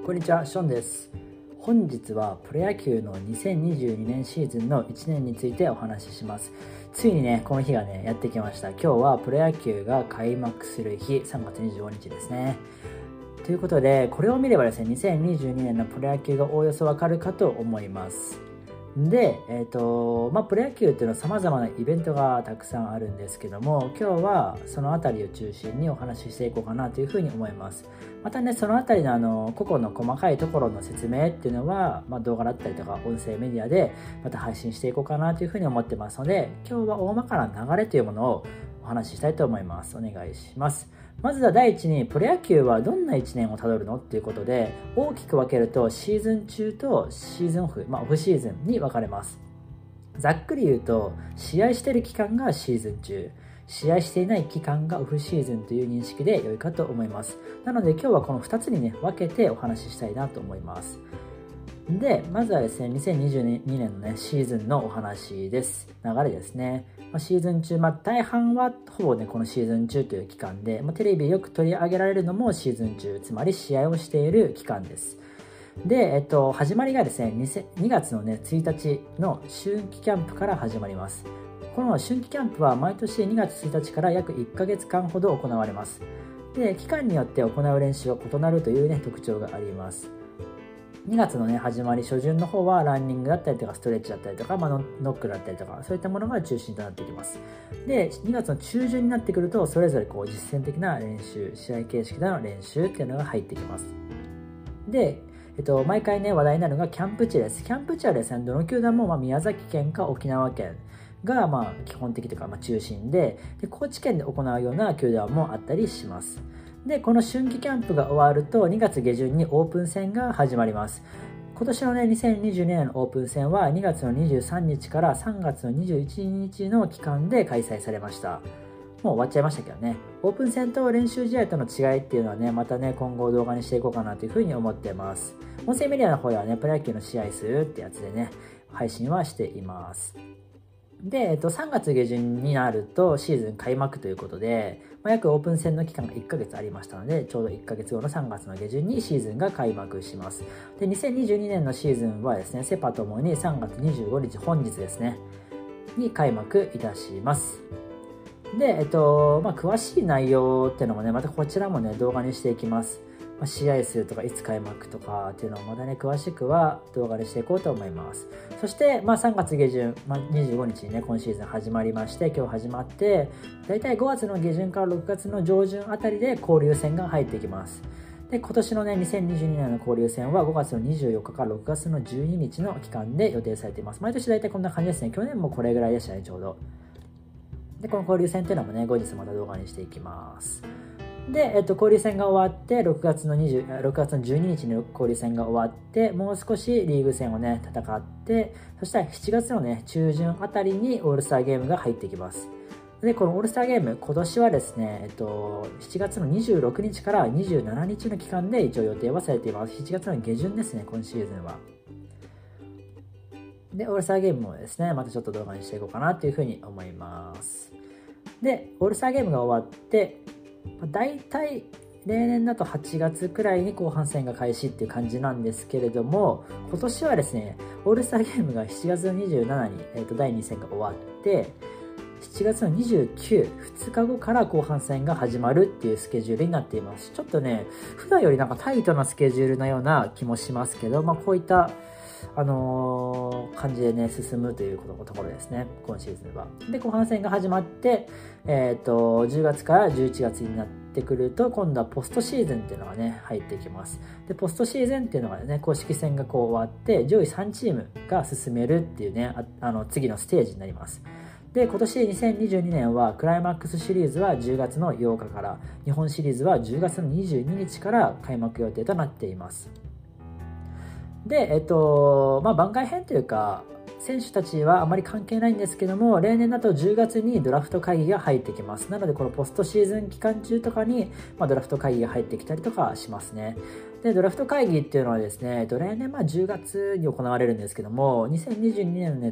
こんにちは、ションです。本日はプロ野球の2022年シーズンの1年についてお話しします。ついにね、この日がね、やってきました。今日はプロ野球が開幕する日、3月25日ですね。ということで、これを見ればですね、2022年のプロ野球がおおよそわかるかと思います。で、プロ野球っていうのは様々なイベントがたくさんあるんですけども、今日はそのあたりを中心にお話ししていこうかなというふうに思います。またね、そのあたりの個々の細かいところの説明っていうのは、動画だったりとか音声メディアでまた配信していこうかなというふうに思ってますので、今日は大まかな流れというものをお話ししたいと思います。お願いします。まずは第一に、プロ野球はどんな1年をたどるのっていうことで、大きく分けるとシーズン中とシーズンオフ、オフシーズンに分かれます。ざっくり言うと、試合している期間がシーズン中、試合していない期間がオフシーズンという認識で良いかと思います。なので今日はこの2つにね、分けてお話ししたいなと思います。で、まずはですね、2022年のね、シーズンのお話です。流れですね。シーズン中、大半はほぼね、このシーズン中という期間で、テレビでよく取り上げられるのもシーズン中、つまり試合をしている期間です。で、始まりがですね、2月のね、1日の春季キャンプから始まります。この春季キャンプは毎年2月1日から約1ヶ月間ほど行われます。で、期間によって行う練習は異なるというね、特徴があります。2月のね、始まり、初旬の方はランニングだったりとか、ストレッチだったりとか、ノックだったりとか、そういったものが中心となってきます。で、2月の中旬になってくると、それぞれ実践的な練習、試合形式での練習っていうのが入ってきます。で、毎回ね、話題になるのがキャンプ地です。キャンプ地はですね、どの球団も宮崎県か沖縄県が基本的というか中心で、高知県で行うような球団もあったりします。で、この春季キャンプが終わると2月下旬にオープン戦が始まります。今年のね、2022年のオープン戦は2月の23日から3月の21日の期間で開催されました。もう終わっちゃいましたけどね。オープン戦と練習試合との違いっていうのはね、またね、今後動画にしていこうかなというふうに思ってます。音声メディアの方ではね、プロ野球の試合数ってやつでね、配信はしています。で、3月下旬になるとシーズン開幕ということで、約オープン戦の期間が1ヶ月ありましたので、ちょうど1ヶ月後の3月の下旬にシーズンが開幕します。で、2022年のシーズンはですね、セパともに3月25日、本日ですね、に開幕いたします。で、詳しい内容っていうのもね、またこちらもね、動画にしていきます。試合数とかいつ開幕とかっていうのをまたね、詳しくは動画にしていこうと思います。そして、3月下旬、25日にね、今シーズン始まりまして、今日始まって、だいたい5月の下旬から6月の上旬あたりで交流戦が入ってきます。で、今年のね、2022年の交流戦は5月の24日から6月の12日の期間で予定されています。毎年だいたいこんな感じですね。去年もこれぐらいでしたね、ちょうど。で、この交流戦っていうのもね、後日また動画にしていきます。で、交流戦が終わって、6月の12日に交流戦が終わって、もう少しリーグ戦をね、戦って、そしたら7月のね、中旬あたりにオールスターゲームが入ってきます。で、このオールスターゲーム、今年はですね、7月の26日から27日の期間で一応予定はされています。7月の下旬ですね、今シーズンは。で、オールスターゲームもですね、またちょっと動画にしていこうかなというふうに思います。で、オールスターゲームが終わって、だいたい例年だと8月くらいに後半戦が開始っていう感じなんですけれども、今年はですね、オールスターゲームが7月の27に、第2戦が終わって、7月の29、2日後から後半戦が始まるっていうスケジュールになっています。ちょっとね、普段よりタイトなスケジュールのような気もしますけど、こういった感じでね、進むというところですね、今シーズンは。で、後半戦が始まって、10月から11月になってくると、今度はポストシーズンっていうのがね、入ってきます。で、ポストシーズンっていうのがね、公式戦が終わって、上位3チームが進めるっていうね、次のステージになります。で、今年2022年はクライマックスシリーズは10月の8日から、日本シリーズは10月の22日から開幕予定となっています。で、番外編というか、選手たちはあまり関係ないんですけども、例年だと10月にドラフト会議が入ってきます。なので、このポストシーズン期間中とかに、ドラフト会議が入ってきたりとかしますね。で、ドラフト会議っていうのはですね、例年10月に行われるんですけども、2022年のね、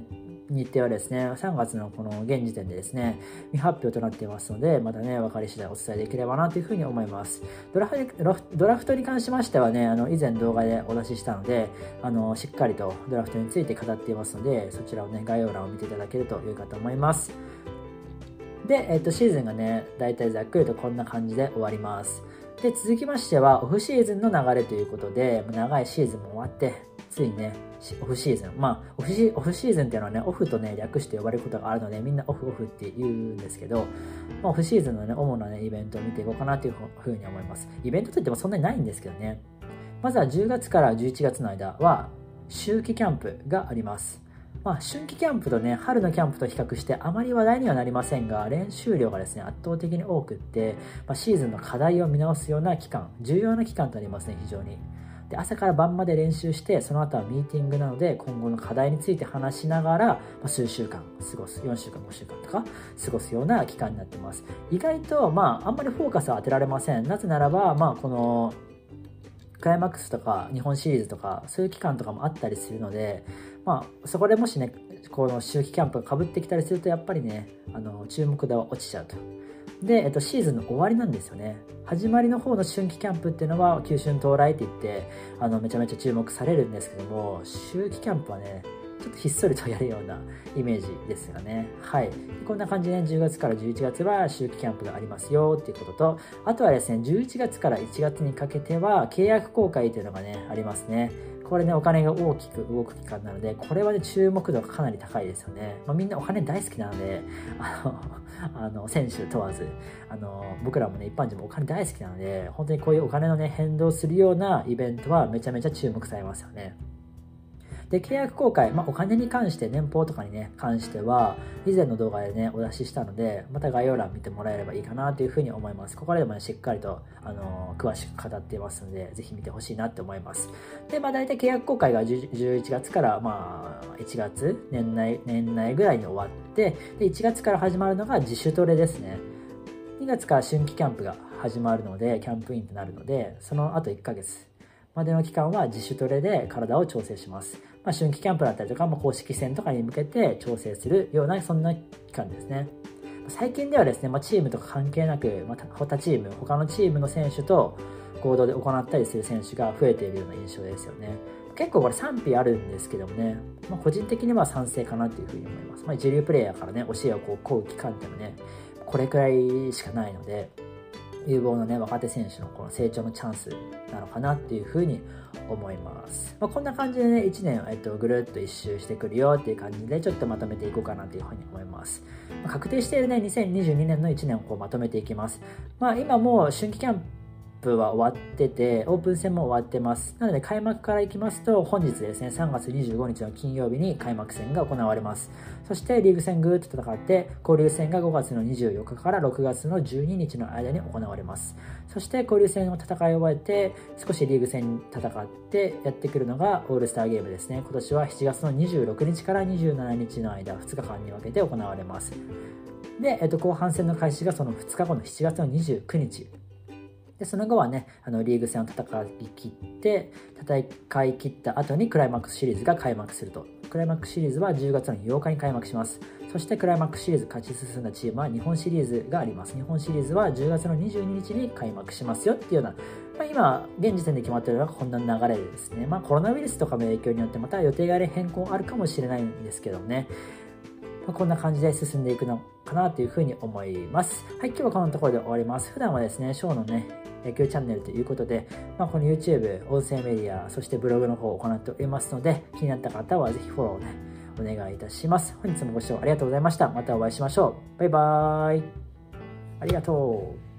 日程はですね、3月のこの現時点でですね、未発表となっていますので、またね、分かり次第お伝えできればなというふうに思います。ドラフトに関しましてはね、以前動画でお出ししたので、しっかりとドラフトについて語っていますので、そちらをね、概要欄を見ていただけると良いかと思います。で、シーズンがね、だいたいざっくりとこんな感じで終わります。で、続きましては、オフシーズンの流れということで、長いシーズンも終わって、ついにね、オフシーズン。オフシーズンっていうのはね、オフとね、略して呼ばれることがあるので、みんなオフって言うんですけど、オフシーズンのね、主なね、イベントを見ていこうかなというふうに思います。イベントといってもそんなにないんですけどね。まずは10月から11月の間は、秋季キャンプがあります。春季キャンプとね、春のキャンプと比較してあまり話題にはなりませんが、練習量がですね、圧倒的に多くって、シーズンの課題を見直すような期間、重要な期間となりますね、非常に。で、朝から晩まで練習して、その後はミーティングなので、今後の課題について話しながら、数週間過ごす、4週間、5週間とか過ごすような期間になってます。意外と、あんまりフォーカスは当てられません。なぜならば、この、クライマックスとか日本シリーズとかそういう期間とかもあったりするので、そこでもしね、この秋季キャンプが被ってきたりすると、やっぱりね、注目度は落ちちゃうと。で、シーズンの終わりなんですよね。始まりの方の春季キャンプっていうのは、旧春到来って言って、めちゃめちゃ注目されるんですけども、秋季キャンプはね、ちょっとひっそりとやるようなイメージですよね。はい。こんな感じで、ね、10月から11月は秋季キャンプがありますよっていうことと、あとはですね、11月から1月にかけては契約更改っていうのがね、ありますね。これね、お金が大きく動く期間なので、これはね、注目度がかなり高いですよね。みんなお金大好きなので、選手問わず、僕らもね、一般人もお金大好きなので、本当にこういうお金のね、変動するようなイベントはめちゃめちゃ注目されますよね。で、契約更改、お金に関して、年俸とかにね、関しては、以前の動画でね、お出ししたので、また概要欄見てもらえればいいかなというふうに思います。ここでもね、しっかりと、詳しく語っていますので、ぜひ見てほしいなって思います。で、大体契約更改が11月から、1月、年内ぐらいに終わって、で、1月から始まるのが自主トレですね。2月から春季キャンプが始まるので、キャンプインとなるので、その後1ヶ月までの期間は自主トレで体を調整します。春季キャンプだったりとか、公式戦とかに向けて調整するような、そんな期間ですね。最近ではですね、チームとか関係なく、他のチームの選手と合同で行ったりする選手が増えているような印象ですよね。結構これ賛否あるんですけどもね、個人的には賛成かなというふうに思います。一流プレイヤーからね、教えを請う期間っていうのはね、これくらいしかないので、有望なね、若手選手のこの成長のチャンスなのかなっていうふうに思います。こんな感じでね、1年、ぐるっと一周してくるよっていう感じで、ちょっとまとめていこうかなというふうに思います。確定しているね、2022年の1年をまとめていきます。今もう春季キャンプは終わってて、オープン戦も終わってます。なので開幕からいきますと、本日ですね、3月25日の金曜日に開幕戦が行われます。そしてリーグ戦ぐーっと戦って、交流戦が5月の24日から6月の12日の間に行われます。そして交流戦を戦い終えて、少しリーグ戦戦ってやってくるのがオールスターゲームですね。今年は7月の26日から27日の間、2日間に分けて行われます。で、後半戦の開始がその2日後の7月の29日。で、その後はね、リーグ戦を戦い切った後にクライマックスシリーズが開幕すると。クライマックスシリーズは10月の8日に開幕します。そしてクライマックスシリーズ勝ち進んだチームは日本シリーズがあります。日本シリーズは10月の22日に開幕しますよっていうような、今、現時点で決まっているのがこんな流れですね。コロナウイルスとかの影響によってまた予定が変更あるかもしれないんですけどね。こんな感じで進んでいくのかなというふうに思います。はい、今日はこのところで終わります。普段はですね、ショーのね、野球チャンネルということで、この YouTube、音声メディア、そしてブログの方を行っておりますので、気になった方はぜひフォローをね、お願いいたします。本日もご視聴ありがとうございました。またお会いしましょう。バイバーイ。ありがとう。